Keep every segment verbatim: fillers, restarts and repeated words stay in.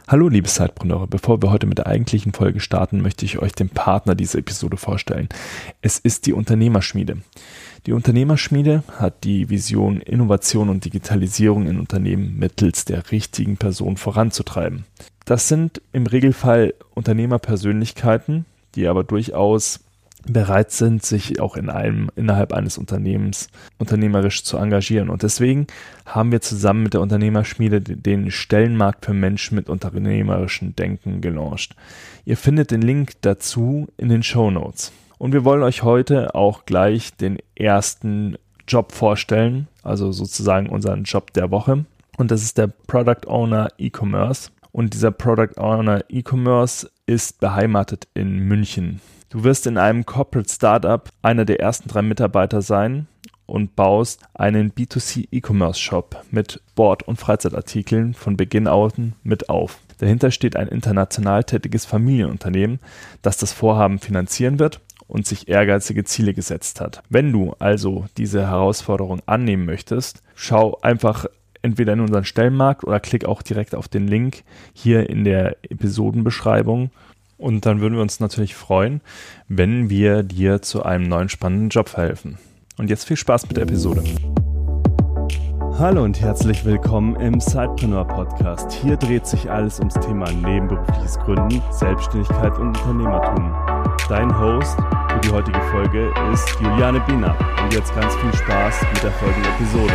Hallo liebe Zeitpreneure, bevor wir heute mit der eigentlichen Folge starten, möchte ich euch den Partner dieser Episode vorstellen. Es ist die Unternehmerschmiede. Die Unternehmerschmiede hat die Vision, Innovation und Digitalisierung in Unternehmen mittels der richtigen Person voranzutreiben. Das sind im Regelfall Unternehmerpersönlichkeiten, die aber durchaus bereit sind, sich auch in einem, innerhalb eines Unternehmens unternehmerisch zu engagieren. Und deswegen haben wir zusammen mit der Unternehmerschmiede den Stellenmarkt für Menschen mit unternehmerischem Denken gelauncht. Ihr findet den Link dazu in den Shownotes. Und wir wollen euch heute auch gleich den ersten Job vorstellen, also sozusagen unseren Job der Woche. Und das ist der Product Owner E-Commerce. Und dieser Product Owner E-Commerce ist beheimatet in München. Du wirst in einem Corporate Startup einer der ersten drei Mitarbeiter sein und baust einen B zwei C E-Commerce Shop mit Sport- und Freizeitartikeln von Beginn an mit auf. Dahinter steht ein international tätiges Familienunternehmen, das das Vorhaben finanzieren wird und sich ehrgeizige Ziele gesetzt hat. Wenn du also diese Herausforderung annehmen möchtest, schau einfach entweder in unseren Stellenmarkt oder klick auch direkt auf den Link hier in der Episodenbeschreibung. Und dann würden wir uns natürlich freuen, wenn wir dir zu einem neuen spannenden Job verhelfen. Und jetzt viel Spaß mit der Episode. Hallo und herzlich willkommen im Sidepreneur Podcast. Hier dreht sich alles ums Thema nebenberufliches Gründen, Selbstständigkeit und Unternehmertum. Dein Host für die heutige Folge ist Juliane Biener. Und jetzt ganz viel Spaß mit der folgenden Episode.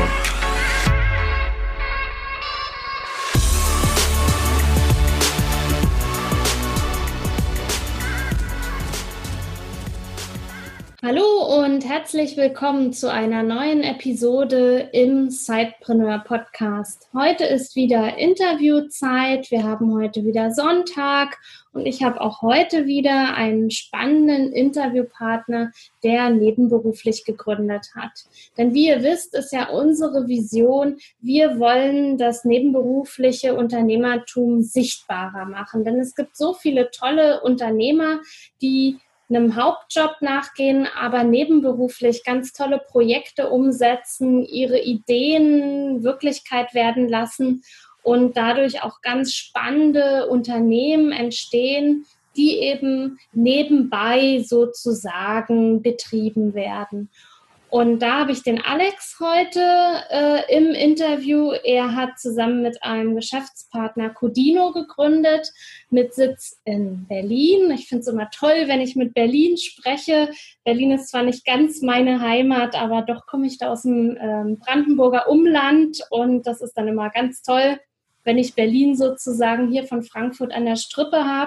Hallo und herzlich willkommen zu einer neuen Episode im Sidepreneur Podcast. Heute ist wieder Interviewzeit. Wir haben heute wieder Sonntag und ich habe auch heute wieder einen spannenden Interviewpartner, der nebenberuflich gegründet hat. Denn wie ihr wisst, ist ja unsere Vision, wir wollen das nebenberufliche Unternehmertum sichtbarer machen. Denn es gibt so viele tolle Unternehmer, die einem Hauptjob nachgehen, aber nebenberuflich ganz tolle Projekte umsetzen, ihre Ideen Wirklichkeit werden lassen und dadurch auch ganz spannende Unternehmen entstehen, die eben nebenbei sozusagen betrieben werden. Und da habe ich den Alex heute äh, im Interview. Er hat zusammen mit einem Geschäftspartner Codino gegründet, mit Sitz in Berlin. Ich finde es immer toll, wenn ich mit Berlin spreche. Berlin ist zwar nicht ganz meine Heimat, aber doch komme ich da aus dem ähm, Brandenburger Umland. Und das ist dann immer ganz toll, wenn ich Berlin sozusagen hier von Frankfurt an der Strippe habe.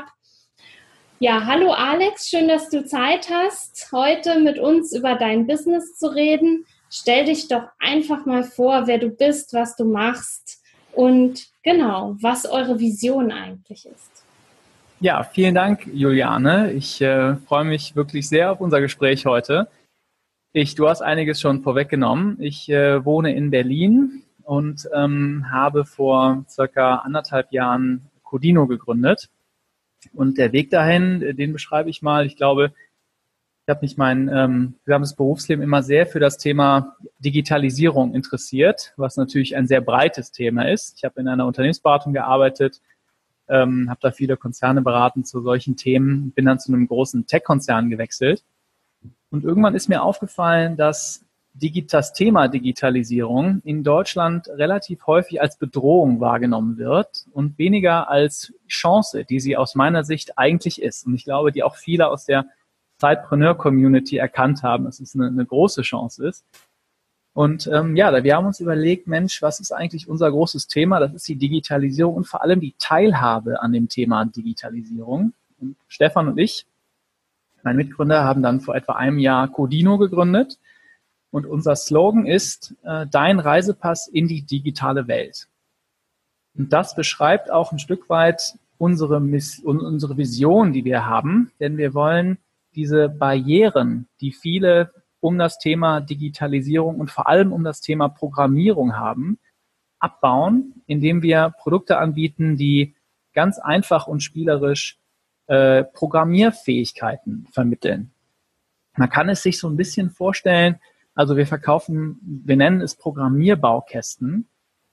Ja, hallo Alex, schön, dass du Zeit hast, heute mit uns über dein Business zu reden. Stell dich doch einfach mal vor, wer du bist, was du machst und genau, was eure Vision eigentlich ist. Ja, vielen Dank, Juliane. Ich äh, freue mich wirklich sehr auf unser Gespräch heute. Ich, du hast einiges schon vorweggenommen. Ich äh, wohne in Berlin und ähm, habe vor circa anderthalb Jahren Codino gegründet. Und der Weg dahin, den beschreibe ich mal. Ich glaube, ich habe mich mein ähm, gesamtes Berufsleben immer sehr für das Thema Digitalisierung interessiert, was natürlich ein sehr breites Thema ist. Ich habe in einer Unternehmensberatung gearbeitet, ähm, habe da viele Konzerne beraten zu solchen Themen, bin dann zu einem großen Tech-Konzern gewechselt. Und irgendwann ist mir aufgefallen, dass das Thema Digitalisierung in Deutschland relativ häufig als Bedrohung wahrgenommen wird und weniger als Chance, die sie aus meiner Sicht eigentlich ist. Und ich glaube, die auch viele aus der Sidepreneur-Community erkannt haben, dass es eine, eine große Chance ist. Und ähm, ja, wir haben uns überlegt, Mensch, was ist eigentlich unser großes Thema? Das ist die Digitalisierung und vor allem die Teilhabe an dem Thema Digitalisierung. Und Stefan und ich, mein Mitgründer, haben dann vor etwa einem Jahr Codino gegründet. Und unser Slogan ist, äh, dein Reisepass in die digitale Welt. Und das beschreibt auch ein Stück weit unsere, Miss- unsere Vision, die wir haben. Denn wir wollen diese Barrieren, die viele um das Thema Digitalisierung und vor allem um das Thema Programmierung haben, abbauen, indem wir Produkte anbieten, die ganz einfach und spielerisch äh, Programmierfähigkeiten vermitteln. Man kann es sich so ein bisschen vorstellen. Also wir verkaufen, wir nennen es Programmierbaukästen.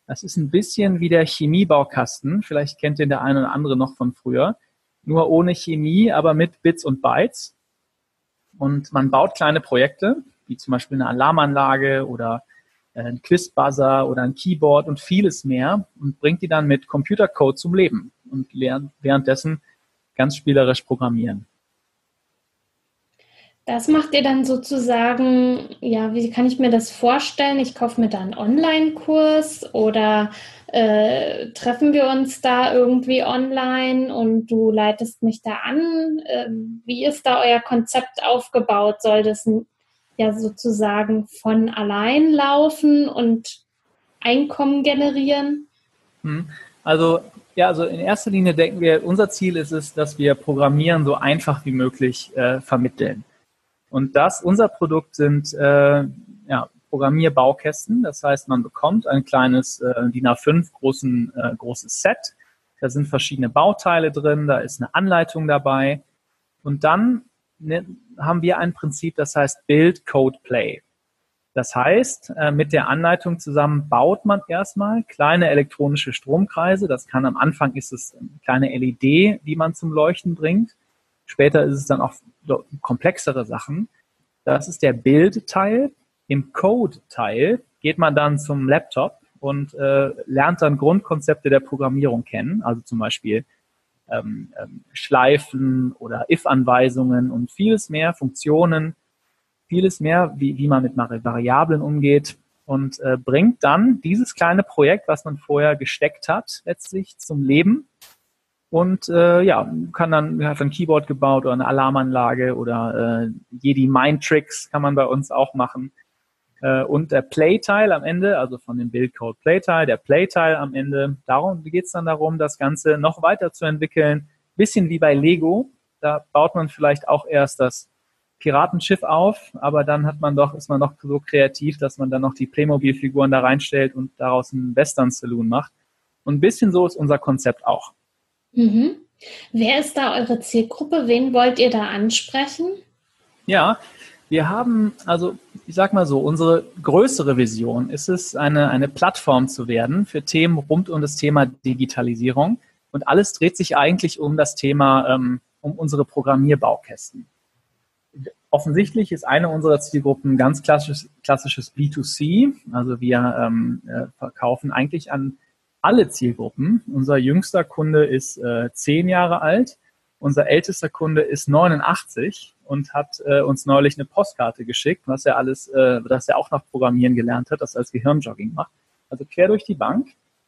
Das ist ein bisschen wie der Chemiebaukasten. Vielleicht kennt den der eine oder andere noch von früher. Nur ohne Chemie, aber mit Bits und Bytes. Und man baut kleine Projekte, wie zum Beispiel eine Alarmanlage oder ein Quizbuzzer oder ein Keyboard und vieles mehr und bringt die dann mit Computercode zum Leben und lernt währenddessen ganz spielerisch programmieren. Das macht ihr dann sozusagen, ja, wie kann ich mir das vorstellen? Ich kaufe mir da einen Online-Kurs oder äh, treffen wir uns da irgendwie online und du leitest mich da an? Äh, wie ist da euer Konzept aufgebaut? Soll das ja sozusagen von allein laufen und Einkommen generieren? Also, ja, also in erster Linie denken wir, unser Ziel ist es, dass wir Programmieren so einfach wie möglich äh, vermitteln. Und das, unser Produkt sind äh, ja, Programmierbaukästen. Das heißt, man bekommt ein kleines äh, D I N A fünf großen, äh, großes Set. Da sind verschiedene Bauteile drin, da ist eine Anleitung dabei. Und dann ne, haben wir ein Prinzip, das heißt Build, Code, Play. Das heißt, äh, mit der Anleitung zusammen baut man erstmal kleine elektronische Stromkreise. Das kann am Anfang ist es eine kleine L E D, die man zum Leuchten bringt. Später ist es dann auch komplexere Sachen. Das ist der Build-Teil. Im Code-Teil geht man dann zum Laptop und äh, lernt dann Grundkonzepte der Programmierung kennen, also zum Beispiel ähm, ähm, Schleifen oder If-Anweisungen und vieles mehr, Funktionen, vieles mehr, wie, wie man mit Variablen umgeht und äh, bringt dann dieses kleine Projekt, was man vorher gesteckt hat, letztlich zum Leben. Und äh, ja, kann dann, hat ein Keyboard gebaut oder eine Alarmanlage oder äh, Jedi Mind Tricks kann man bei uns auch machen. Äh, und der Play-Teil am Ende, also von dem Build-Code-Play-Teil, der Play-Teil am Ende, darum geht es dann darum, das Ganze noch weiter zu entwickeln. Bisschen wie bei Lego, da baut man vielleicht auch erst das Piratenschiff auf, aber dann hat man doch, ist man doch so kreativ, dass man dann noch die Playmobil-Figuren da reinstellt und daraus einen Western-Saloon macht. Und ein bisschen so ist unser Konzept auch. Mhm. Wer ist da eure Zielgruppe? Wen wollt ihr da ansprechen? Ja, wir haben, also ich sag mal so, unsere größere Vision ist es, eine, eine Plattform zu werden für Themen rund um das Thema Digitalisierung. Und alles dreht sich eigentlich um das Thema, ähm, um unsere Programmierbaukästen. Offensichtlich ist eine unserer Zielgruppen ganz klassisches, klassisches B zwei C. Also wir ähm, äh, verkaufen eigentlich an alle Zielgruppen. Unser jüngster Kunde ist äh, zehn Jahre alt. Unser ältester Kunde ist neunundachtzig und hat äh, uns neulich eine Postkarte geschickt, was er alles, äh, dass er auch noch Programmieren gelernt hat, das als Gehirnjogging macht. Also quer durch die Bank.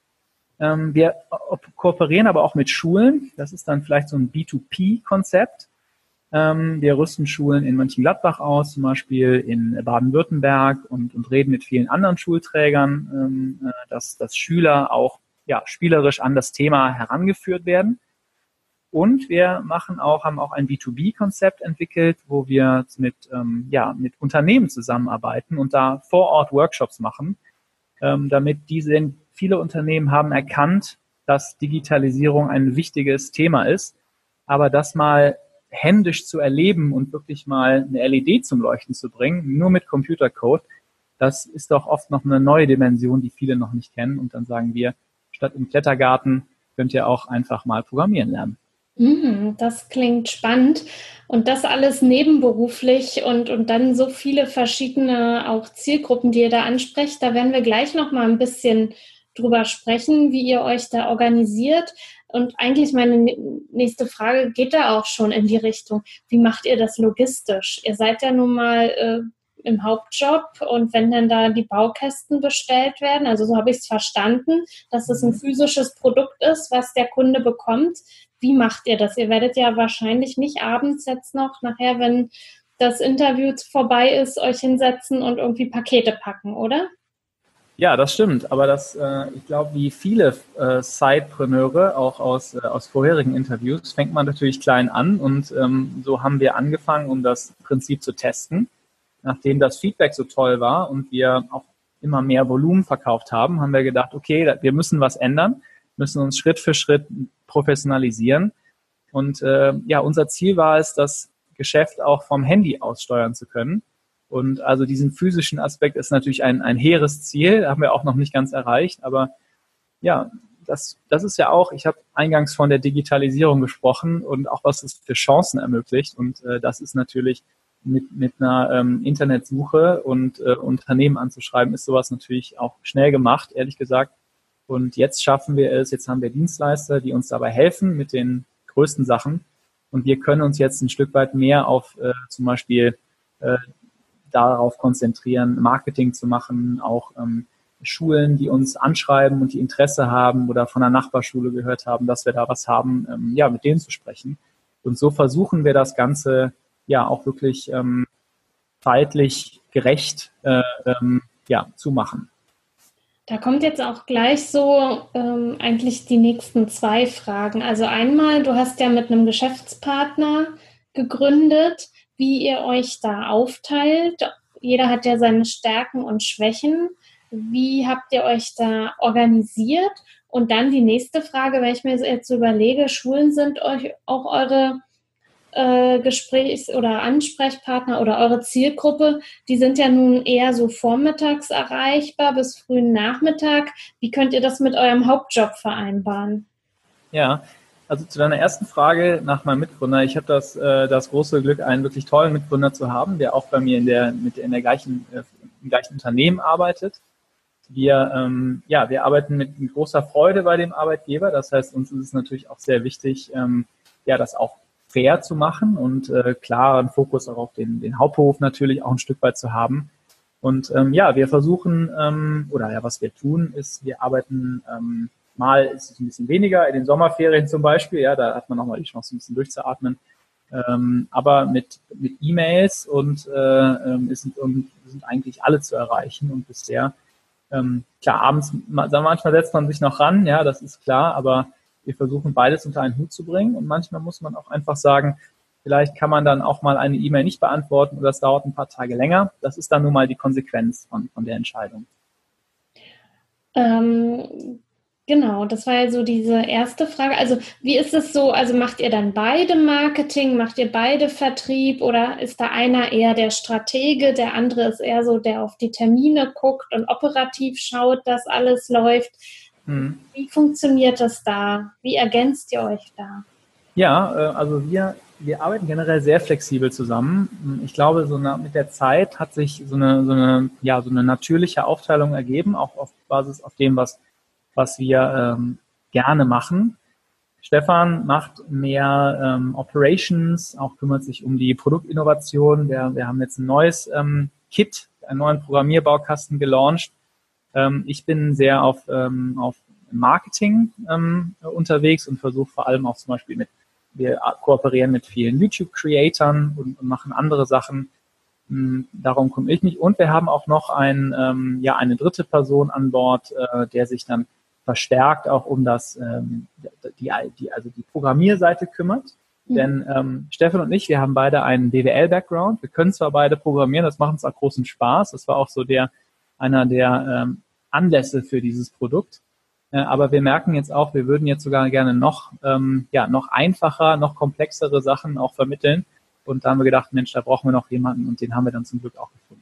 Ähm, wir kooperieren aber auch mit Schulen. Das ist dann vielleicht so ein B zwei P-Konzept. Ähm, wir rüsten Schulen in Mönchengladbach aus, zum Beispiel in Baden-Württemberg und, und reden mit vielen anderen Schulträgern, ähm, dass, dass Schüler auch ja, spielerisch an das Thema herangeführt werden. Und wir machen auch, haben auch ein B zwei B-Konzept entwickelt, wo wir mit, ähm, ja, mit Unternehmen zusammenarbeiten und da vor Ort Workshops machen, ähm, damit diese, viele Unternehmen haben erkannt, dass Digitalisierung ein wichtiges Thema ist, aber das mal händisch zu erleben und wirklich mal eine L E D zum Leuchten zu bringen, nur mit Computercode, das ist doch oft noch eine neue Dimension, die viele noch nicht kennen. Und dann sagen wir, statt im Klettergarten könnt ihr auch einfach mal programmieren lernen. Das klingt spannend. Und das alles nebenberuflich und, und dann so viele verschiedene auch Zielgruppen, die ihr da ansprecht. Da werden wir gleich noch mal ein bisschen drüber sprechen, wie ihr euch da organisiert. Und eigentlich meine nächste Frage geht da auch schon in die Richtung. Wie macht ihr das logistisch? Ihr seid ja nun mal äh, im Hauptjob und wenn dann da die Baukästen bestellt werden, also so habe ich es verstanden, dass es ein physisches Produkt ist, was der Kunde bekommt. Wie macht ihr das? Ihr werdet ja wahrscheinlich nicht abends jetzt noch nachher, wenn das Interview vorbei ist, euch hinsetzen und irgendwie Pakete packen, oder? Ja, das stimmt. Aber das, äh, ich glaube, wie viele äh, Sidepreneure, auch aus, äh, aus vorherigen Interviews, fängt man natürlich klein an. Und ähm, so haben wir angefangen, um das Prinzip zu testen. Nachdem das Feedback so toll war und wir auch immer mehr Volumen verkauft haben, haben wir gedacht, okay, wir müssen was ändern, müssen uns Schritt für Schritt professionalisieren. Und äh, ja, unser Ziel war es, das Geschäft auch vom Handy aus steuern zu können. Und also diesen physischen Aspekt ist natürlich ein, ein hehres Ziel, haben wir auch noch nicht ganz erreicht, aber ja, das, das ist ja auch, ich habe eingangs von der Digitalisierung gesprochen und auch was es für Chancen ermöglicht. Und äh, das ist natürlich mit, mit einer ähm, Internetsuche und äh, Unternehmen anzuschreiben, ist sowas natürlich auch schnell gemacht, ehrlich gesagt. Und jetzt schaffen wir es, jetzt haben wir Dienstleister, die uns dabei helfen mit den größten Sachen. Und wir können uns jetzt ein Stück weit mehr auf äh, zum Beispiel äh, darauf konzentrieren, Marketing zu machen, auch ähm, Schulen, die uns anschreiben und die Interesse haben oder von der Nachbarschule gehört haben, dass wir da was haben, ähm, ja, mit denen zu sprechen. Und so versuchen wir das Ganze ja auch wirklich ähm, zeitlich gerecht äh, ähm, ja, zu machen. Da kommt jetzt auch gleich so ähm, eigentlich die nächsten zwei Fragen. Also einmal, du hast ja mit einem Geschäftspartner gegründet, wie ihr euch da aufteilt. Jeder hat ja seine Stärken und Schwächen. Wie habt ihr euch da organisiert? Und dann die nächste Frage, wenn ich mir jetzt überlege, Schulen sind euch auch eure äh, Gesprächs- oder Ansprechpartner oder eure Zielgruppe, die sind ja nun eher so vormittags erreichbar bis frühen Nachmittag. Wie könnt ihr das mit eurem Hauptjob vereinbaren? Ja, also zu deiner ersten Frage nach meinem Mitgründer. Ich habe das, äh, das große Glück, einen wirklich tollen Mitgründer zu haben, der auch bei mir in der, mit, in der gleichen, äh, im gleichen Unternehmen arbeitet. Wir, ähm, ja, wir arbeiten mit, mit großer Freude bei dem Arbeitgeber. Das heißt, uns ist es natürlich auch sehr wichtig, ähm, ja, das auch fair zu machen und äh, klaren Fokus auch auf den, den Hauptberuf natürlich auch ein Stück weit zu haben. Und ähm, ja, wir versuchen, ähm, oder ja, was wir tun, ist, wir arbeiten, ähm, mal ist es ein bisschen weniger, in den Sommerferien zum Beispiel, ja, da hat man nochmal die Chance, ein bisschen durchzuatmen. Ähm, aber mit, mit E-Mails und äh, ähm, sind, und sind eigentlich alle zu erreichen. Und bisher, ähm, klar, abends, manchmal setzt man sich noch ran, ja, das ist klar, aber wir versuchen beides unter einen Hut zu bringen. Und manchmal muss man auch einfach sagen, vielleicht kann man dann auch mal eine E-Mail nicht beantworten oder es dauert ein paar Tage länger. Das ist dann nun mal die Konsequenz von, von der Entscheidung. Ähm, genau, das war ja so diese erste Frage. Also wie ist es so, also macht ihr dann beide Marketing, macht ihr beide Vertrieb oder ist da einer eher der Stratege, der andere ist eher so, der auf die Termine guckt und operativ schaut, dass alles läuft? Hm. Wie funktioniert das da? Wie ergänzt ihr euch da? Ja, also wir, wir arbeiten generell sehr flexibel zusammen. Ich glaube, so eine, mit der Zeit hat sich so eine, so eine, ja, so eine natürliche Aufteilung ergeben, auch auf Basis auf dem, was, was wir ähm, gerne machen. Stefan macht mehr ähm, Operations, auch kümmert sich um die Produktinnovation. Wir, wir haben jetzt ein neues ähm, Kit, einen neuen Programmierbaukasten gelauncht. Ähm, ich bin sehr auf, ähm, auf Marketing ähm, unterwegs und versuche vor allem auch zum Beispiel mit Wir kooperieren mit vielen YouTube-Creatern und, und machen andere Sachen. Darum kümmere ich mich. Und wir haben auch noch ein, ähm, ja, eine dritte Person an Bord, äh, der sich dann verstärkt auch um das, ähm, die, die, also die Programmierseite kümmert. Mhm. Denn ähm, Stefan und ich, wir haben beide einen B W L-Background. Wir können zwar beide programmieren, das macht uns auch großen Spaß. Das war auch so der einer der ähm, Anlässe für dieses Produkt. Aber wir merken jetzt auch, wir würden jetzt sogar gerne noch, ähm, ja, noch einfacher, noch komplexere Sachen auch vermitteln. Und da haben wir gedacht, Mensch, da brauchen wir noch jemanden und den haben wir dann zum Glück auch gefunden.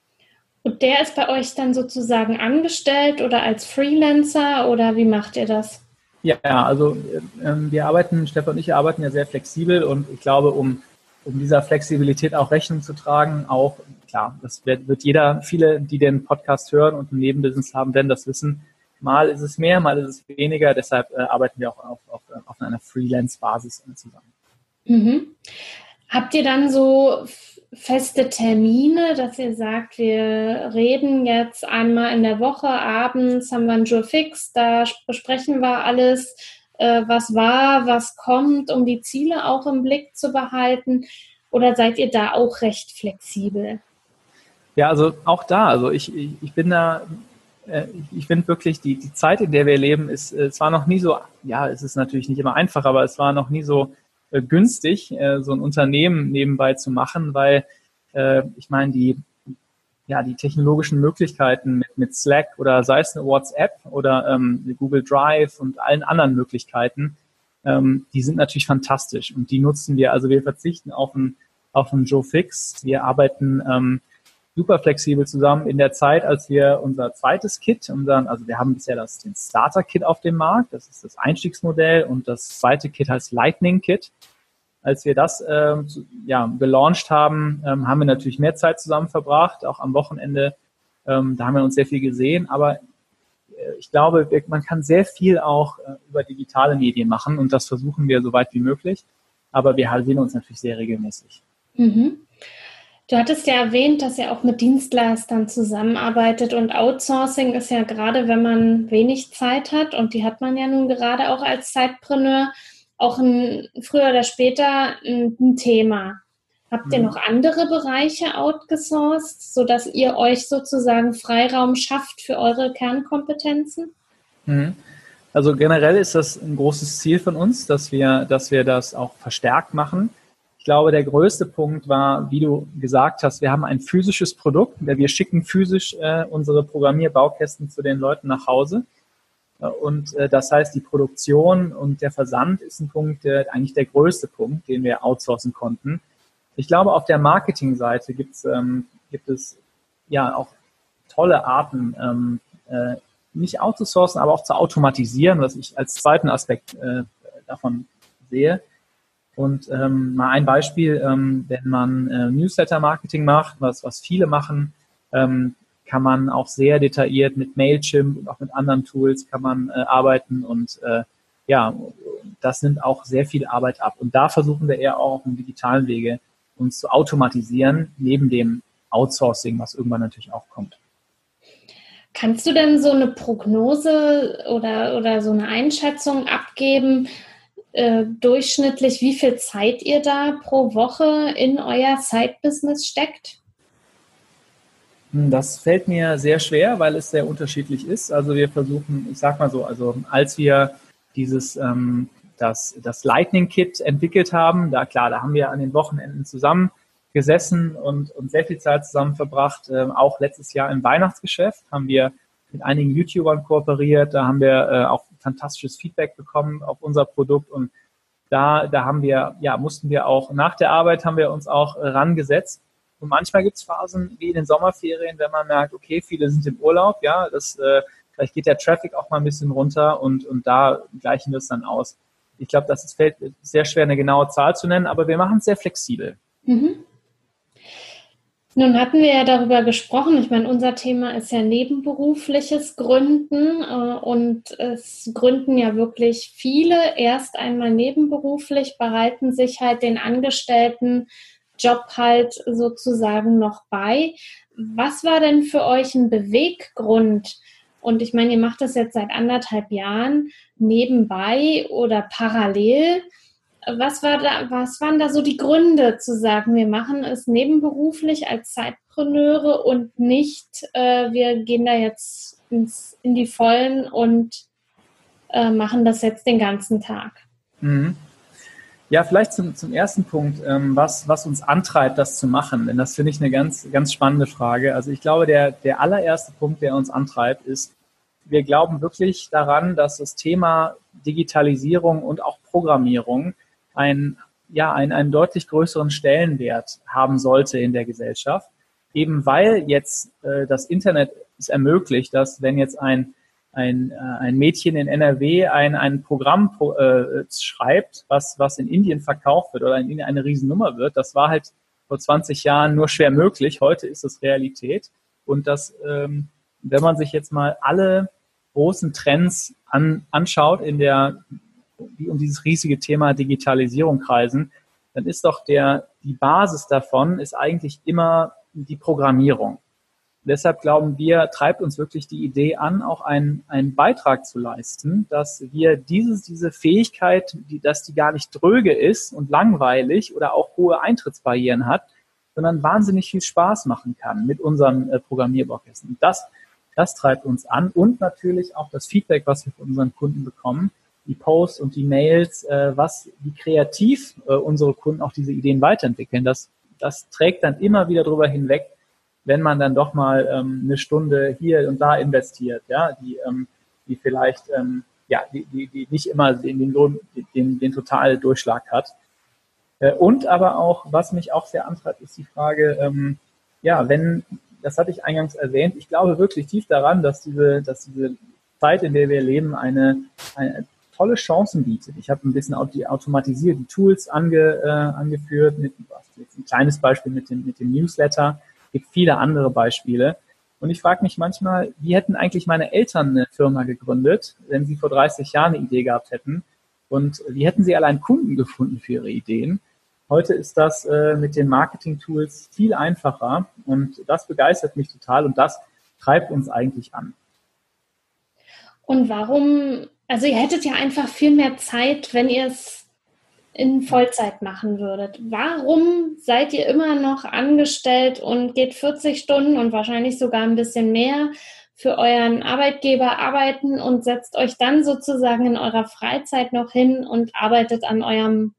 Und der ist bei euch dann sozusagen angestellt oder als Freelancer oder wie macht ihr das? Ja, also ähm, wir arbeiten, Stefan und ich arbeiten ja sehr flexibel und ich glaube, um, um dieser Flexibilität auch Rechnung zu tragen, auch, klar, das wird, wird jeder, viele, die den Podcast hören und ein Nebenbusiness haben, werden das wissen. Mal ist es mehr, mal ist es weniger. Deshalb äh, arbeiten wir auch auf, auf, auf einer Freelance-Basis zusammen. Mhm. Habt ihr dann so feste Termine, dass ihr sagt, wir reden jetzt einmal in der Woche, abends haben wir einen Jour fix, da besprechen wir alles, äh, was war, was kommt, um die Ziele auch im Blick zu behalten? Oder seid ihr da auch recht flexibel? Ja, also auch da. Also ich, ich, ich bin da... Ich finde wirklich, die, die Zeit, in der wir leben, ist, es war noch nie so, ja, es ist natürlich nicht immer einfach, aber es war noch nie so äh, günstig, äh, so ein Unternehmen nebenbei zu machen, weil äh, ich meine, die, ja, die technologischen Möglichkeiten mit, mit Slack oder sei es eine WhatsApp oder ähm, Google Drive und allen anderen Möglichkeiten, ähm, die sind natürlich fantastisch und die nutzen wir. Also wir verzichten auf ein, auf ein Jour fix. Wir arbeiten ähm, super flexibel zusammen. In der Zeit, als wir unser zweites Kit, unseren, also wir haben bisher das, den Starter-Kit auf dem Markt, das ist das Einstiegsmodell, und das zweite Kit heißt Lightning-Kit. Als wir das ähm, ja, gelauncht haben, ähm, haben wir natürlich mehr Zeit zusammen verbracht, auch am Wochenende. Ähm, da haben wir uns sehr viel gesehen, aber äh, ich glaube, man kann sehr viel auch äh, über digitale Medien machen, und das versuchen wir so weit wie möglich. Aber wir sehen uns natürlich sehr regelmäßig. Mhm. Du hattest ja erwähnt, dass ihr auch mit Dienstleistern zusammenarbeitet, und Outsourcing ist ja gerade, wenn man wenig Zeit hat, und die hat man ja nun gerade auch als Zeitpreneur, auch ein, früher oder später ein, ein Thema. Habt mhm. ihr noch andere Bereiche outgesourced, sodass ihr euch sozusagen Freiraum schafft für eure Kernkompetenzen? Mhm. Also generell ist das ein großes Ziel von uns, dass wir, dass wir das auch verstärkt machen. Ich glaube, der größte Punkt war, wie du gesagt hast, wir haben ein physisches Produkt. Wir schicken physisch äh, unsere Programmierbaukästen zu den Leuten nach Hause. Und äh, das heißt, die Produktion und der Versand ist ein Punkt, äh, eigentlich der größte Punkt, den wir outsourcen konnten. Ich glaube, auf der Marketingseite gibt's, ähm, gibt es ja auch tolle Arten, ähm, äh, nicht outzusourcen, aber auch zu automatisieren, was ich als zweiten Aspekt äh, davon sehe. Und ähm, mal ein Beispiel, ähm, wenn man äh, Newsletter-Marketing macht, was, was viele machen, ähm, kann man auch sehr detailliert mit Mailchimp und auch mit anderen Tools kann man äh, arbeiten, und äh, ja, das nimmt auch sehr viel Arbeit ab. Und da versuchen wir eher auch im digitalen Wege uns zu automatisieren, neben dem Outsourcing, was irgendwann natürlich auch kommt. Kannst du denn so eine Prognose oder, oder so eine Einschätzung abgeben, äh, durchschnittlich, wie viel Zeit ihr da pro Woche in euer Side-Business steckt? Das fällt mir sehr schwer, weil es sehr unterschiedlich ist. Also wir versuchen, ich sag mal so, also als wir dieses ähm, das, das Lightning-Kit entwickelt haben, da klar, da haben wir an den Wochenenden zusammen gesessen und, und sehr viel Zeit zusammen verbracht. Ähm, auch letztes Jahr im Weihnachtsgeschäft haben wir mit einigen YouTubern kooperiert. Da haben wir äh, auch fantastisches Feedback bekommen auf unser Produkt, und da, da haben wir, ja, mussten wir auch nach der Arbeit haben wir uns auch äh, rangesetzt. Und manchmal gibt es Phasen wie in den Sommerferien, wenn man merkt, okay, viele sind im Urlaub, ja, das, äh, vielleicht geht der Traffic auch mal ein bisschen runter, und, und da gleichen wir es dann aus. Ich glaube, das ist, fällt sehr schwer, eine genaue Zahl zu nennen, aber wir machen es sehr flexibel. Mhm. Nun hatten wir ja darüber gesprochen, ich meine, unser Thema ist ja nebenberufliches Gründen, äh, und es gründen ja wirklich viele erst einmal nebenberuflich, bereiten sich halt den Angestellten Job halt sozusagen noch bei. Was war denn für euch ein Beweggrund? Und ich meine, ihr macht das jetzt seit anderthalb Jahren nebenbei oder parallel. Was war da, was waren da so die Gründe zu sagen, wir machen es nebenberuflich als Zeitpreneure und nicht, äh, wir gehen da jetzt ins, in die Vollen und äh, machen das jetzt den ganzen Tag? Mhm. Ja, vielleicht zum, zum ersten Punkt, ähm, was, was uns antreibt, das zu machen. Denn das finde ich eine ganz, ganz spannende Frage. Also ich glaube, der, der allererste Punkt, der uns antreibt, ist, wir glauben wirklich daran, dass das Thema Digitalisierung und auch Programmierung ein, ja, einen, einen deutlich größeren Stellenwert haben sollte in der Gesellschaft. Eben weil jetzt äh, das Internet es ermöglicht, dass wenn jetzt ein Ein, äh, ein Mädchen in N R W ein, ein Programm äh, schreibt, was, was in Indien verkauft wird oder in Indien eine Riesennummer wird, das war halt vor zwanzig Jahren nur schwer möglich. Heute ist es Realität. Und das, ähm, wenn man sich jetzt mal alle großen Trends an, anschaut, in der, die um dieses riesige Thema Digitalisierung kreisen, dann ist doch der, die Basis davon ist eigentlich immer die Programmierung. Deshalb glauben wir, treibt uns wirklich die Idee an, auch einen, einen Beitrag zu leisten, dass wir dieses, diese Fähigkeit, die, dass die gar nicht dröge ist und langweilig oder auch hohe Eintrittsbarrieren hat, sondern wahnsinnig viel Spaß machen kann mit unseren äh, Programmierbaukästen. Und das, das treibt uns an, und natürlich auch das Feedback, was wir von unseren Kunden bekommen, die Posts und die Mails, äh, was, wie kreativ äh, unsere Kunden auch diese Ideen weiterentwickeln. Das, das trägt dann immer wieder drüber hinweg, wenn man dann doch mal ähm, eine Stunde hier und da investiert, ja, die, ähm, die vielleicht ähm, ja, die, die, die nicht immer den, den, den, den totalen Durchschlag hat. Äh, und aber auch, was mich auch sehr antreibt, ist die Frage, ähm, ja, wenn, das hatte ich eingangs erwähnt, ich glaube wirklich tief daran, dass diese, dass diese Zeit, in der wir leben, eine, eine tolle Chancen bietet. Ich habe ein bisschen die automatisiert die Tools ange, äh, angeführt, mit, jetzt ein kleines Beispiel mit dem, mit dem Newsletter, es gibt viele andere Beispiele. Und ich frage mich manchmal, wie hätten eigentlich meine Eltern eine Firma gegründet, wenn sie vor dreißig Jahren eine Idee gehabt hätten? Und wie hätten sie allein Kunden gefunden für ihre Ideen? Heute ist das äh, mit den Marketing-Tools viel einfacher und das begeistert mich total und das treibt uns eigentlich an. Und warum, also ihr hättet ja einfach viel mehr Zeit, wenn ihr es in Vollzeit machen würdet. Warum seid ihr immer noch angestellt und geht vierzig Stunden und wahrscheinlich sogar ein bisschen mehr für euren Arbeitgeber arbeiten und setzt euch dann sozusagen in eurer Freizeit noch hin und arbeitet an eurem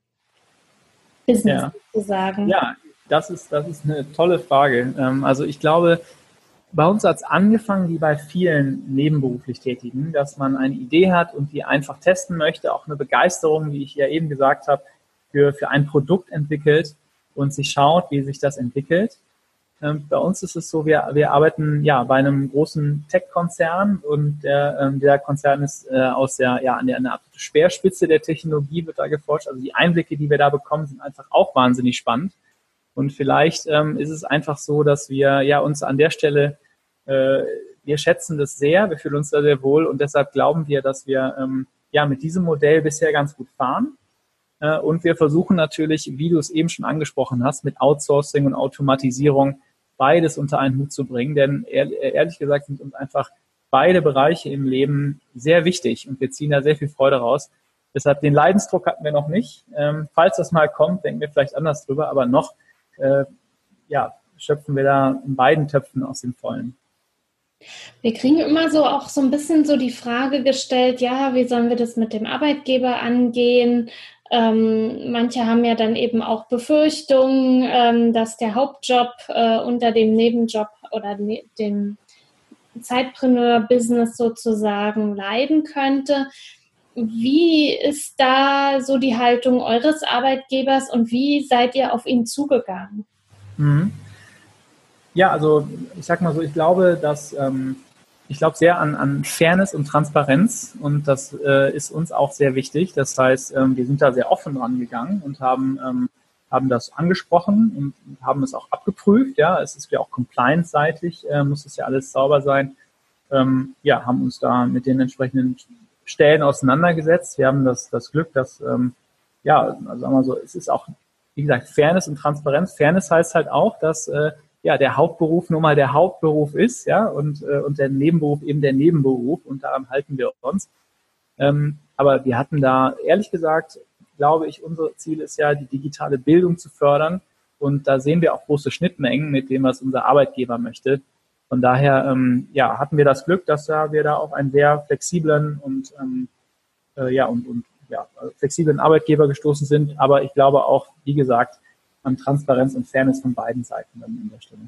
Business ja. sozusagen? Ja, das ist, das ist eine tolle Frage. Also ich glaube, bei uns hat es angefangen, wie bei vielen nebenberuflich Tätigen, dass man eine Idee hat und die einfach testen möchte, auch eine Begeisterung, wie ich ja eben gesagt habe, für, für ein Produkt entwickelt und sich schaut, wie sich das entwickelt. Ähm, bei uns ist es so, wir, wir arbeiten ja bei einem großen Tech-Konzern und der, ähm, der Konzern ist äh, aus der, ja, an der, an der Speerspitze der Technologie wird da geforscht. Also die Einblicke, die wir da bekommen, sind einfach auch wahnsinnig spannend. Und vielleicht ähm, ist es einfach so, dass wir ja uns an der Stelle, äh, wir schätzen das sehr, wir fühlen uns da sehr wohl und deshalb glauben wir, dass wir ähm, ja mit diesem Modell bisher ganz gut fahren. Äh, und wir versuchen natürlich, wie du es eben schon angesprochen hast, mit Outsourcing und Automatisierung beides unter einen Hut zu bringen. Denn ehrlich gesagt sind uns einfach beide Bereiche im Leben sehr wichtig und wir ziehen da sehr viel Freude raus. Deshalb den Leidensdruck hatten wir noch nicht. Ähm, falls das mal kommt, denken wir vielleicht anders drüber, aber noch Äh, ja, schöpfen wir da in beiden Töpfen aus dem Vollen. Wir kriegen immer so auch so ein bisschen so die Frage gestellt, ja, wie sollen wir das mit dem Arbeitgeber angehen? Ähm, manche haben ja dann eben auch Befürchtungen, ähm, dass der Hauptjob äh, unter dem Nebenjob oder ne- dem Zeitpreneur-Business sozusagen leiden könnte. Wie ist da so die Haltung eures Arbeitgebers und wie seid ihr auf ihn zugegangen? Mhm. Ja, also ich sag mal so, ich glaube, dass ähm, ich glaube sehr an, an Fairness und Transparenz und das äh, ist uns auch sehr wichtig. Das heißt, ähm, wir sind da sehr offen dran gegangen und haben ähm, haben das angesprochen und haben es auch abgeprüft. Ja, es ist ja auch compliance-seitig, äh, muss es ja alles sauber sein. Ähm, ja, haben uns da mit den entsprechenden Stellen auseinandergesetzt. Wir haben das, das Glück, dass, ähm, ja, also sagen wir so, es ist auch, wie gesagt, Fairness und Transparenz. Fairness heißt halt auch, dass äh, ja der Hauptberuf nun mal der Hauptberuf ist, ja, und, äh, und der Nebenberuf eben der Nebenberuf und daran halten wir uns. Ähm, aber wir hatten da, ehrlich gesagt, glaube ich, unser Ziel ist ja, die digitale Bildung zu fördern und da sehen wir auch große Schnittmengen mit dem, was unser Arbeitgeber möchte. Von daher ähm, ja, hatten wir das Glück, dass ja, wir da auf einen sehr flexiblen und, ähm, äh, ja, und, und ja, flexiblen Arbeitgeber gestoßen sind. Aber ich glaube auch, wie gesagt, an Transparenz und Fairness von beiden Seiten dann an der Stelle.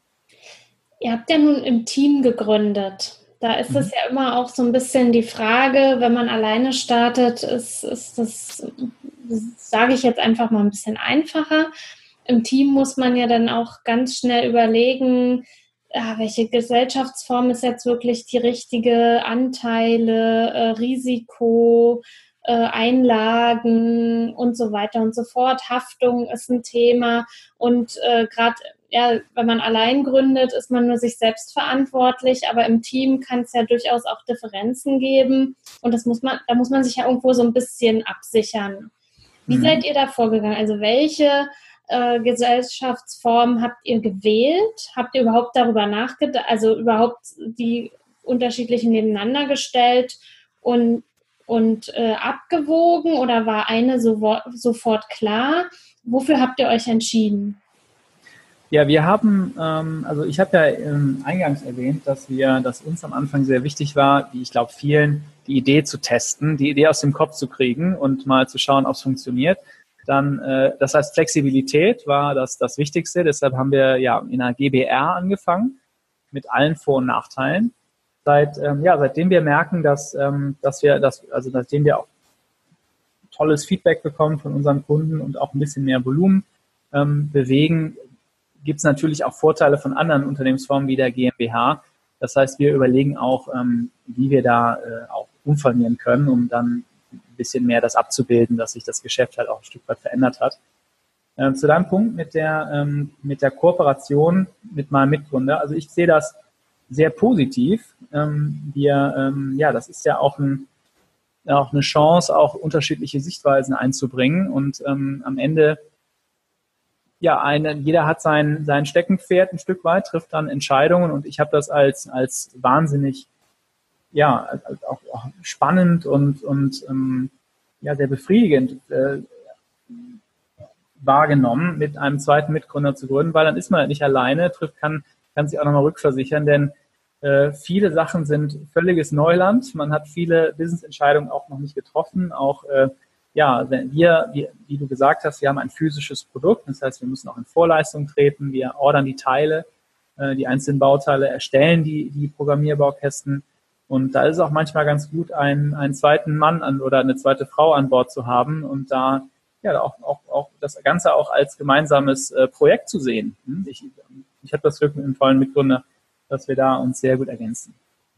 Ihr habt ja nun im Team gegründet. Da ist es mhm. ja immer auch so ein bisschen die Frage, wenn man alleine startet, ist, ist das, sage ich jetzt einfach mal, ein bisschen einfacher. Im Team muss man ja dann auch ganz schnell überlegen, ja, welche Gesellschaftsform ist jetzt wirklich die richtige, Anteile, äh, Risiko, äh, Einlagen und so weiter und so fort. Haftung ist ein Thema und äh, gerade ja, wenn man allein gründet, ist man nur sich selbst verantwortlich, aber im Team kann es ja durchaus auch Differenzen geben und das muss man, da muss man sich ja irgendwo so ein bisschen absichern. Wie mhm. seid ihr da vorgegangen? Also welche äh, Gesellschaftsform habt ihr gewählt? Habt ihr überhaupt darüber nachgedacht, also überhaupt die unterschiedlichen nebeneinander gestellt und, und äh, abgewogen oder war eine so, sofort klar? Wofür habt ihr euch entschieden? Ja, wir haben, ähm, also ich habe ja ähm, eingangs erwähnt, dass wir, dass uns am Anfang sehr wichtig war, wie ich glaube vielen, die Idee zu testen, die Idee aus dem Kopf zu kriegen und mal zu schauen, ob es funktioniert. Dann, äh, das heißt, Flexibilität war das, das Wichtigste. Deshalb haben wir ja in einer G b R angefangen mit allen Vor- und Nachteilen. Seit, ähm, ja, seitdem wir merken, dass, ähm, dass wir, dass, also seitdem wir auch tolles Feedback bekommen von unseren Kunden und auch ein bisschen mehr Volumen ähm, bewegen, gibt es natürlich auch Vorteile von anderen Unternehmensformen wie der GmbH. Das heißt, wir überlegen auch, ähm, wie wir da äh, auch umformieren können, um dann ein bisschen mehr das abzubilden, dass sich das Geschäft halt auch ein Stück weit verändert hat. Ähm, zu deinem Punkt mit der, ähm, mit der Kooperation mit meinem Mitgründer. Also ich sehe das sehr positiv. Ähm, wir, ähm, ja, das ist ja auch, ein, auch eine Chance, auch unterschiedliche Sichtweisen einzubringen und ähm, am Ende ja, eine, jeder hat sein, sein Steckenpferd ein Stück weit, trifft dann Entscheidungen und ich habe das als, als wahnsinnig, ja, als auch, auch spannend und, und ähm, ja, sehr befriedigend äh, wahrgenommen, mit einem zweiten Mitgründer zu gründen, weil dann ist man nicht alleine, trifft, kann, kann sich auch nochmal rückversichern, denn äh, viele Sachen sind völliges Neuland. Man hat viele Business-Entscheidungen auch noch nicht getroffen, auch äh, ja, wir, wie, wie du gesagt hast, wir haben ein physisches Produkt, das heißt, wir müssen auch in Vorleistung treten, wir ordern die Teile, äh, die einzelnen Bauteile, erstellen die, die Programmierbaukästen und da ist es auch manchmal ganz gut, einen, einen zweiten Mann an, oder eine zweite Frau an Bord zu haben und da ja auch, auch, auch das Ganze auch als gemeinsames äh, Projekt zu sehen. Ich, ich habe das Glück mit einem tollen Mitgründer, dass wir da uns sehr gut ergänzen.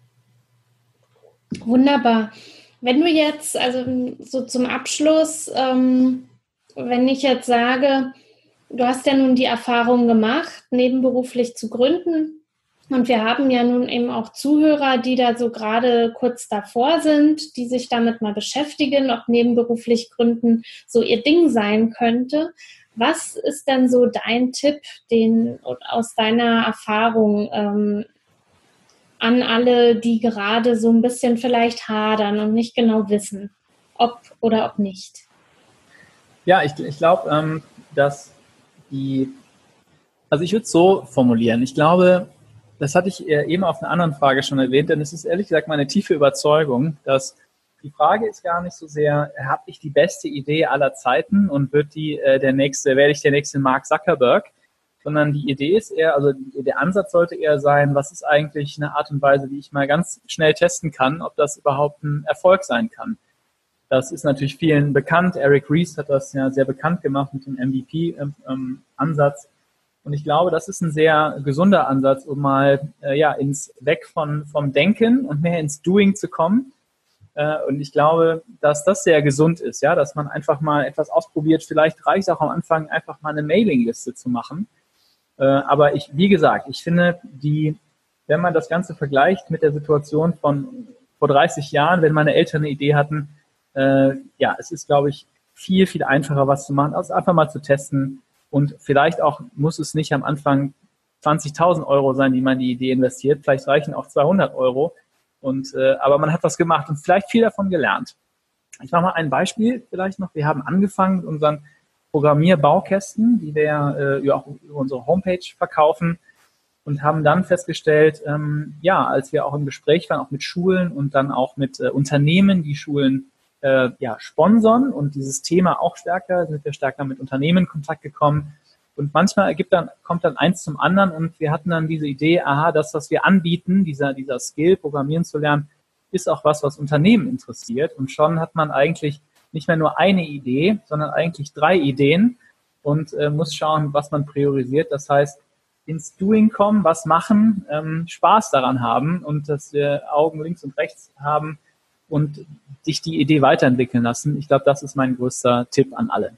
Wunderbar. Wenn du jetzt, also so zum Abschluss, ähm, wenn ich jetzt sage, du hast ja nun die Erfahrung gemacht, nebenberuflich zu gründen und wir haben ja nun eben auch Zuhörer, die da so gerade kurz davor sind, die sich damit mal beschäftigen, ob nebenberuflich gründen so ihr Ding sein könnte. Was ist denn so dein Tipp, den aus deiner Erfahrung ähm, an alle, die gerade so ein bisschen vielleicht hadern und nicht genau wissen, ob oder ob nicht? Ja, ich, ich glaube, ähm, dass die, also ich würde es so formulieren. Ich glaube, das hatte ich eben auf einer anderen Frage schon erwähnt, denn es ist ehrlich gesagt meine tiefe Überzeugung, dass die Frage ist gar nicht so sehr, habe ich die beste Idee aller Zeiten und wird die äh, der nächste, werde ich der nächste Mark Zuckerberg? Sondern die Idee ist eher, also der Ansatz sollte eher sein, was ist eigentlich eine Art und Weise, wie ich mal ganz schnell testen kann, ob das überhaupt ein Erfolg sein kann. Das ist natürlich vielen bekannt. Eric Ries hat das ja sehr bekannt gemacht mit dem M V P-Ansatz. Und ich glaube, das ist ein sehr gesunder Ansatz, um mal äh, ja ins Weg von vom Denken und mehr ins Doing zu kommen. Äh, und ich glaube, dass das sehr gesund ist, ja, dass man einfach mal etwas ausprobiert. Vielleicht reicht es auch am Anfang, einfach mal eine Mailingliste zu machen. Aber ich, wie gesagt, ich finde, die, wenn man das Ganze vergleicht mit der Situation von vor dreißig Jahren, wenn meine Eltern eine Idee hatten, äh, ja, es ist, glaube ich, viel, viel einfacher, was zu machen, als einfach mal zu testen. Und vielleicht auch muss es nicht am Anfang zwanzigtausend Euro sein, die man in die Idee investiert. Vielleicht reichen auch zweihundert Euro. Und, äh, aber man hat was gemacht und vielleicht viel davon gelernt. Ich mache mal ein Beispiel vielleicht noch. Wir haben angefangen mit unseren Programmierbaukästen, die wir äh, ja auch über unsere Homepage verkaufen und haben dann festgestellt, ähm, ja, als wir auch im Gespräch waren, auch mit Schulen und dann auch mit äh, Unternehmen, die Schulen äh, ja, sponsern und dieses Thema auch stärker, sind wir stärker mit Unternehmen in Kontakt gekommen und manchmal ergibt dann, kommt dann eins zum anderen und wir hatten dann diese Idee, aha, das, was wir anbieten, dieser, dieser Skill, Programmieren zu lernen, ist auch was, was Unternehmen interessiert und schon hat man eigentlich nicht mehr nur eine Idee, sondern eigentlich drei Ideen und äh, muss schauen, was man priorisiert. Das heißt, ins Doing kommen, was machen, ähm, Spaß daran haben und dass wir Augen links und rechts haben und sich die Idee weiterentwickeln lassen. Ich glaube, das ist mein größter Tipp an alle.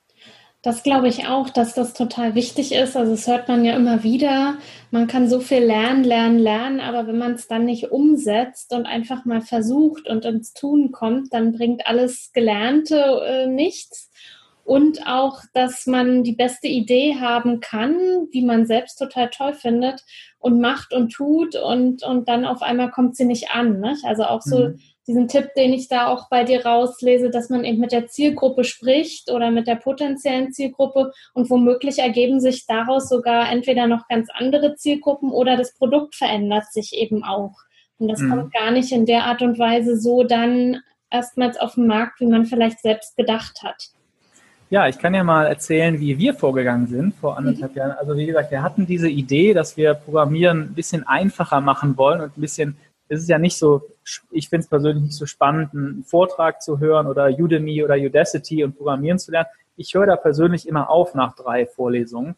Das glaube ich auch, dass das total wichtig ist. Also das hört man ja immer wieder. Man kann so viel lernen, lernen, lernen, aber wenn man es dann nicht umsetzt und einfach mal versucht und ins Tun kommt, dann bringt alles Gelernte äh, nichts. Und auch, dass man die beste Idee haben kann, die man selbst total toll findet und macht und tut und, und dann auf einmal kommt sie nicht an. Nicht? Also auch so mhm. diesen Tipp, den ich da auch bei dir rauslese, dass man eben mit der Zielgruppe spricht oder mit der potenziellen Zielgruppe und womöglich ergeben sich daraus sogar entweder noch ganz andere Zielgruppen oder das Produkt verändert sich eben auch. Und das mhm. kommt gar nicht in der Art und Weise so dann erstmals auf den Markt, wie man vielleicht selbst gedacht hat. Ja, ich kann ja mal erzählen, wie wir vorgegangen sind vor anderthalb Jahren. Also wie gesagt, wir hatten diese Idee, dass wir Programmieren ein bisschen einfacher machen wollen und ein bisschen, es ist ja nicht so, ich finde es persönlich nicht so spannend, einen Vortrag zu hören oder Udemy oder Udacity und Programmieren zu lernen. Ich höre da persönlich immer auf nach drei Vorlesungen.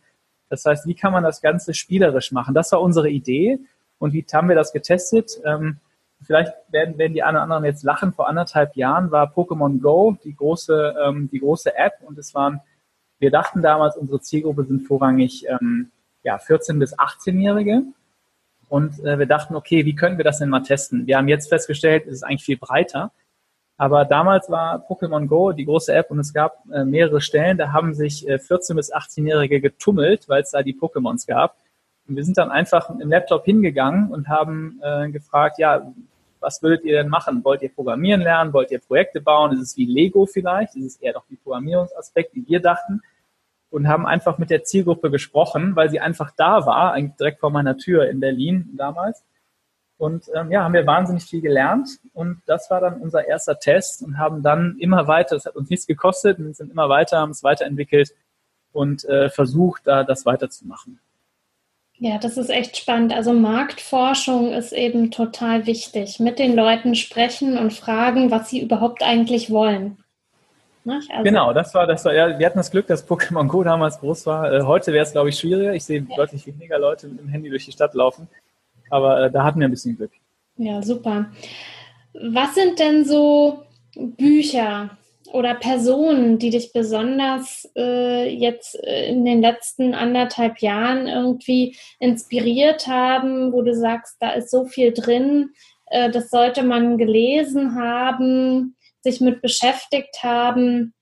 Das heißt, wie kann man das Ganze spielerisch machen? Das war unsere Idee. Und wie haben wir das getestet? Ähm, vielleicht werden, werden die einen oder anderen jetzt lachen. Vor anderthalb Jahren war Pokémon Go die große, ähm, die große App. Und es waren, wir dachten damals, unsere Zielgruppe sind vorrangig ähm, ja, vierzehn- bis achtzehnjährige. Und äh, wir dachten, okay, wie können wir das denn mal testen? Wir haben jetzt festgestellt, es ist eigentlich viel breiter. Aber damals war Pokémon Go die große App und es gab äh, mehrere Stellen, da haben sich äh, vierzehn- bis achtzehnjährige getummelt, weil es da die Pokémons gab. Und wir sind dann einfach im Laptop hingegangen und haben äh, gefragt, ja, was würdet ihr denn machen? Wollt ihr programmieren lernen? Wollt ihr Projekte bauen? Ist es wie Lego vielleicht? Ist es eher doch die Programmierungsaspekt, wie wir dachten? Und haben einfach mit der Zielgruppe gesprochen, weil sie einfach da war, eigentlich direkt vor meiner Tür in Berlin damals. Und ähm, ja, haben wir wahnsinnig viel gelernt. Und das war dann unser erster Test und haben dann immer weiter, das hat uns nichts gekostet, wir sind immer weiter, haben es weiterentwickelt und äh, versucht, da das weiterzumachen. Ja, das ist echt spannend. Also Marktforschung ist eben total wichtig. Mit den Leuten sprechen und fragen, was sie überhaupt eigentlich wollen. Also genau, das war, das war, ja, wir hatten das Glück, dass Pokémon Go damals groß war. Äh, heute wäre es, glaube ich, schwieriger. Ich sehe ja. deutlich weniger Leute mit dem Handy durch die Stadt laufen. Aber äh, da hatten wir ein bisschen Glück. Ja, super. Was sind denn so Bücher oder Personen, die dich besonders äh, jetzt in den letzten anderthalb Jahren irgendwie inspiriert haben, wo du sagst, da ist so viel drin, äh, das sollte man gelesen haben, sich mit beschäftigt haben?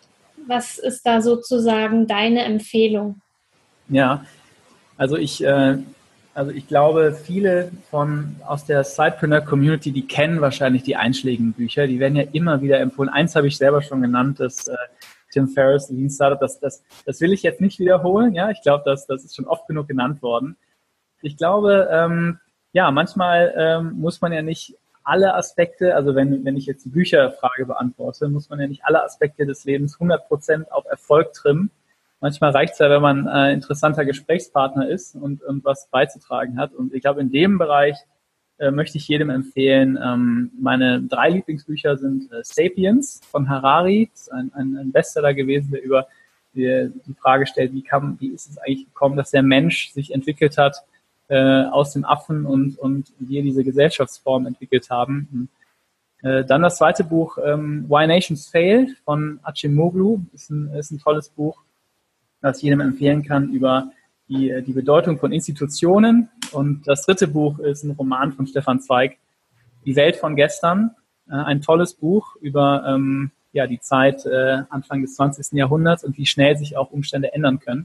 Was ist da sozusagen deine Empfehlung? Ja, also ich, äh, also ich glaube, viele von aus der Sidepreneur-Community, die kennen wahrscheinlich die einschlägigen Bücher. Die werden ja immer wieder empfohlen. Eins habe ich selber schon genannt, das äh, Tim Ferriss, Lean Startup. Das, das, das will ich jetzt nicht wiederholen. Ja, ich glaube, das, das ist schon oft genug genannt worden. Ich glaube, ähm, ja, manchmal ähm, muss man ja nicht alle Aspekte, also wenn, wenn ich jetzt die Bücherfrage beantworte, muss man ja nicht alle Aspekte des Lebens hundert Prozent auf Erfolg trimmen. Manchmal reicht es ja, wenn man ein äh, interessanter Gesprächspartner ist und, und was beizutragen hat. Und ich glaube, in dem Bereich äh, möchte ich jedem empfehlen, ähm, meine drei Lieblingsbücher sind äh, Sapiens von Harari, das ist ein, ein, ein Bestseller gewesen, der über die, die Frage stellt, wie, kann, wie ist es eigentlich gekommen, dass der Mensch sich entwickelt hat, Äh, aus dem Affen und, und wir diese Gesellschaftsform entwickelt haben. Äh, dann das zweite Buch, ähm, Why Nations Fail von Acemoglu, ist ein, ist ein tolles Buch, das ich jedem empfehlen kann über die, die Bedeutung von Institutionen. Und das dritte Buch ist ein Roman von Stefan Zweig, Die Welt von gestern, äh, ein tolles Buch über ähm, ja, die Zeit äh, Anfang des zwanzigsten Jahrhunderts und wie schnell sich auch Umstände ändern können.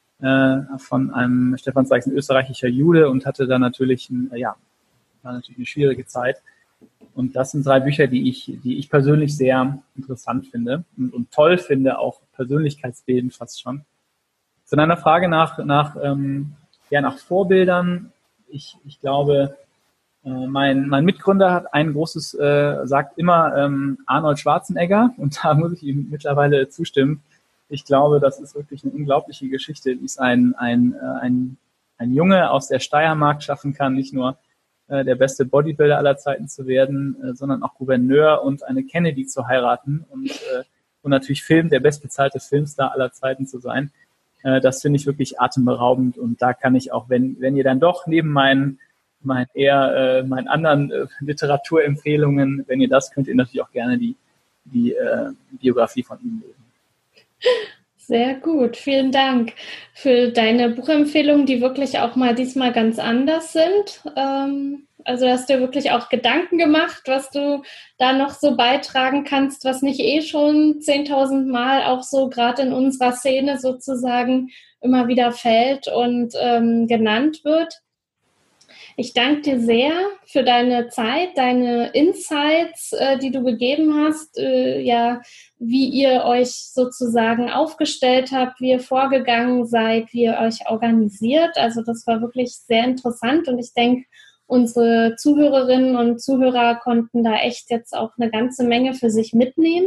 Von einem Stefan Zweig, ein österreichischer Jude, und hatte da natürlich, ein, ja, war natürlich eine schwierige Zeit. Und das sind drei Bücher, die ich, die ich persönlich sehr interessant finde und, und toll finde, auch persönlichkeitsbildend fast schon. Zu deiner Frage nach, nach, ähm, ja, nach Vorbildern. Ich, ich glaube, äh, mein, mein Mitgründer hat ein großes, äh, sagt immer ähm, Arnold Schwarzenegger, und da muss ich ihm mittlerweile zustimmen. Ich glaube, das ist wirklich eine unglaubliche Geschichte, wie es ein, ein, ein, ein Junge aus der Steiermark schaffen kann, nicht nur äh, der beste Bodybuilder aller Zeiten zu werden, äh, sondern auch Gouverneur und eine Kennedy zu heiraten und, äh, und natürlich Film, der bestbezahlte Filmstar aller Zeiten zu sein. Äh, das finde ich wirklich atemberaubend, und da kann ich auch, wenn, wenn ihr dann doch neben meinen, meinen eher äh, meinen anderen äh, Literaturempfehlungen, wenn ihr das, könnt ihr natürlich auch gerne die, die äh, Biografie von ihm lesen. Sehr gut, vielen Dank für deine Buchempfehlungen, die wirklich auch mal diesmal ganz anders sind. Ähm, also hast du wirklich auch Gedanken gemacht, was du da noch so beitragen kannst, was nicht eh schon zehntausend Mal auch so gerade in unserer Szene sozusagen immer wieder fällt und ähm, genannt wird. Ich danke dir sehr für deine Zeit, deine Insights, äh, die du gegeben hast, äh, ja, wie ihr euch sozusagen aufgestellt habt, wie ihr vorgegangen seid, wie ihr euch organisiert. Also das war wirklich sehr interessant, und ich denke, unsere Zuhörerinnen und Zuhörer konnten da echt jetzt auch eine ganze Menge für sich mitnehmen.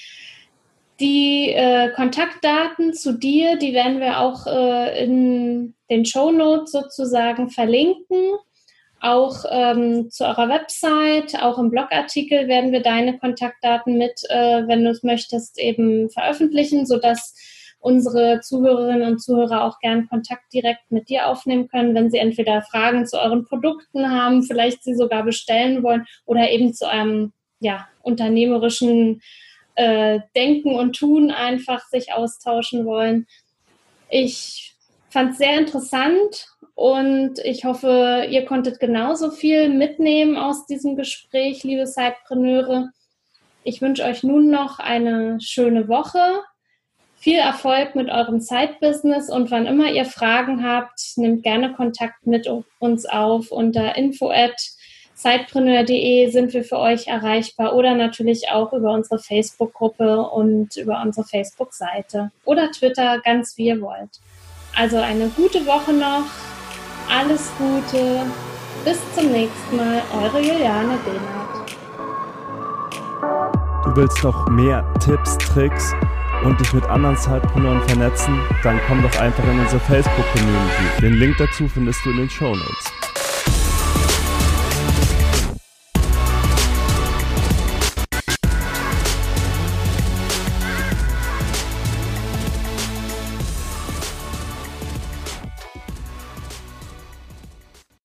Die äh, Kontaktdaten zu dir, die werden wir auch äh, in den Shownotes sozusagen verlinken. Auch ähm, zu eurer Website, auch im Blogartikel werden wir deine Kontaktdaten mit, äh, wenn du es möchtest, eben veröffentlichen, sodass unsere Zuhörerinnen und Zuhörer auch gern Kontakt direkt mit dir aufnehmen können, wenn sie entweder Fragen zu euren Produkten haben, vielleicht sie sogar bestellen wollen oder eben zu einem ja, unternehmerischen äh, Denken und Tun einfach sich austauschen wollen. Ich fand es sehr interessant und ich hoffe, ihr konntet genauso viel mitnehmen aus diesem Gespräch, liebe Sidepreneure. Ich wünsche euch nun noch eine schöne Woche. Viel Erfolg mit eurem Side-Business und wann immer ihr Fragen habt, nehmt gerne Kontakt mit uns auf. Unter info at sidepreneur punkt de sind wir für euch erreichbar oder natürlich auch über unsere Facebook-Gruppe und über unsere Facebook-Seite oder Twitter, ganz wie ihr wollt. Also eine gute Woche noch, alles Gute, bis zum nächsten Mal, eure Juliane Behnert. Du willst noch mehr Tipps, Tricks und dich mit anderen Sidepreneuren vernetzen? Dann komm doch einfach in unsere Facebook-Community. Den Link dazu findest du in den Shownotes.